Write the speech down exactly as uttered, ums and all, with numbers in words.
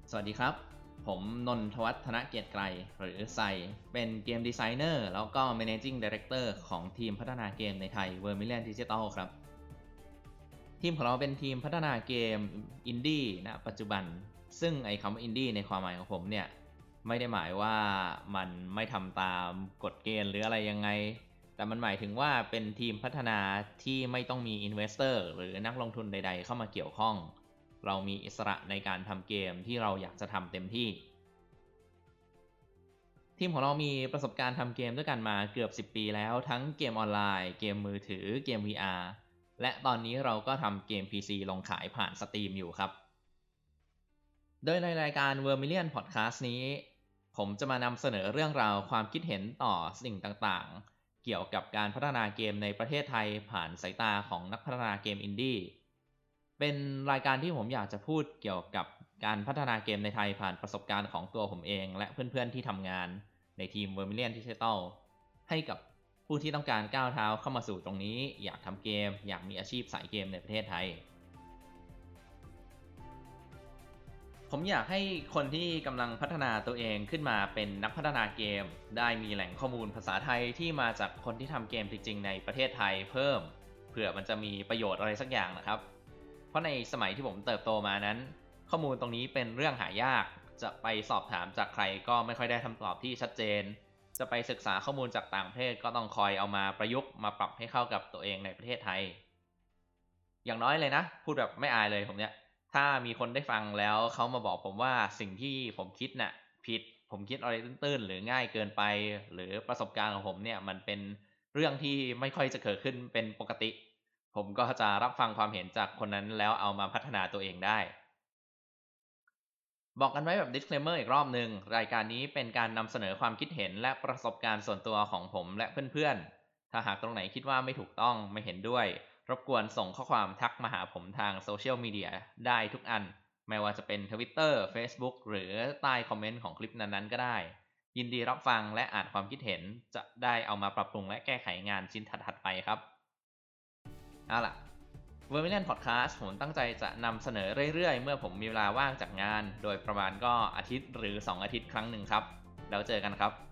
สวัสดีครับผมนนทวัฒนเกียรติไกรหรือไซเป็นเกมดีไซเนอร์แล้วก็ Managing Director ของทีมพัฒนาเกมในไทย Vermilion Digital ครับทีมของเราเป็นทีมพัฒนาเกมอินดี้ณปัจจุบันซึ่งไอ้คำว่าอินดี้ในความหมายของผมเนี่ยไม่ได้หมายว่ามันไม่ทำตามกฎเกณฑ์หรืออะไรยังไงแต่มันหมายถึงว่าเป็นทีมพัฒนาที่ไม่ต้องมีอินเวสเตอร์หรือนักลงทุนใดๆเข้ามาเกี่ยวข้องเรามีอิสระในการทำเกมที่เราอยากจะทำเต็มที่ทีมของเรามีประสบการณ์ทำเกมด้วยกันมาเกือบสิบปีแล้วทั้งเกมออนไลน์เกมมือถือเกม วี อาร์ และตอนนี้เราก็ทำเกม พี ซี ลงขายผ่าน Steam อยู่ครับโดยในรายการ Vermilion Podcast นี้ผมจะมานำเสนอเรื่องราวความคิดเห็นต่อสิ่งต่างๆเกี่ยวกับการพัฒนาเกมในประเทศไทยผ่านสายตาของนักพัฒนาเกมอินดี้เป็นรายการที่ผมอยากจะพูดเกี่ยวกับการพัฒนาเกมในไทยผ่านประสบการณ์ของตัวผมเองและเพื่อนๆที่ทำงานในทีม Vermilion Digital ให้กับผู้ที่ต้องการก้าวเท้าเข้ามาสู่ตรงนี้อยากทำเกมอยากมีอาชีพสายเกมในประเทศไทย ผมอยากให้คนที่กำลังพัฒนาตัวเองขึ้นมาเป็นนักพัฒนาเกมได้มีแหล่งข้อมูลภาษาไทยที่มาจากคนที่ทำเกมจริงๆในประเทศไทยเพิ่มเผื่อมันจะมีประโยชน์อะไรสักอย่างนะครับเพราะในสมัยที่ผมเติบโตมานั้นข้อมูลตรงนี้เป็นเรื่องหายากจะไปสอบถามจากใครก็ไม่ค่อยได้คำตอบที่ชัดเจนจะไปศึกษาข้อมูลจากต่างประเทศก็ต้องคอยเอามาประยุกต์มาปรับให้เข้ากับตัวเองในประเทศไทย อย่างน้อยเลยนะพูดแบบไม่อายเลยผมเนี่ยถ้ามีคนได้ฟังแล้วเขามาบอกผมว่าสิ่งที่ผมคิดน่ะผิดผมคิดอะไรตื้นๆหรือง่ายเกินไปหรือประสบการณ์ของผมเนี่ยมันเป็นเรื่องที่ไม่ค่อยจะเกิดขึ้นเป็นปกติผมก็จะรับฟังความเห็นจากคนนั้นแล้วเอามาพัฒนาตัวเองได้บอกกันไว้แบบ disclaimer อีกรอบหนึ่งรายการนี้เป็นการนำเสนอความคิดเห็นและประสบการณ์ส่วนตัวของผมและเพื่อนๆถ้าหากตรงไหนคิดว่าไม่ถูกต้องไม่เห็นด้วย รบกวนส่งข้อความทักมาหาผมทางโซเชียลมีเดียได้ทุกอันไม่ว่าจะเป็น Twitter Facebook หรือใต้คอมเมนต์ของคลิปนั้นๆก็ได้ยินดีรับฟังและอ่านความคิดเห็นจะได้เอามาปรับปรุงและแก้ไขงานชิ้นถัดๆไปครับเอาล่ะ Vermilion Podcast ผมตั้งใจจะนำเสนอเรื่อยๆเมื่อผมมีเวลาว่างจากงานโดยประมาณก็อาทิตย์หรือสองอาทิตย์ครั้งหนึ่งครับแล้วเจอกันครับ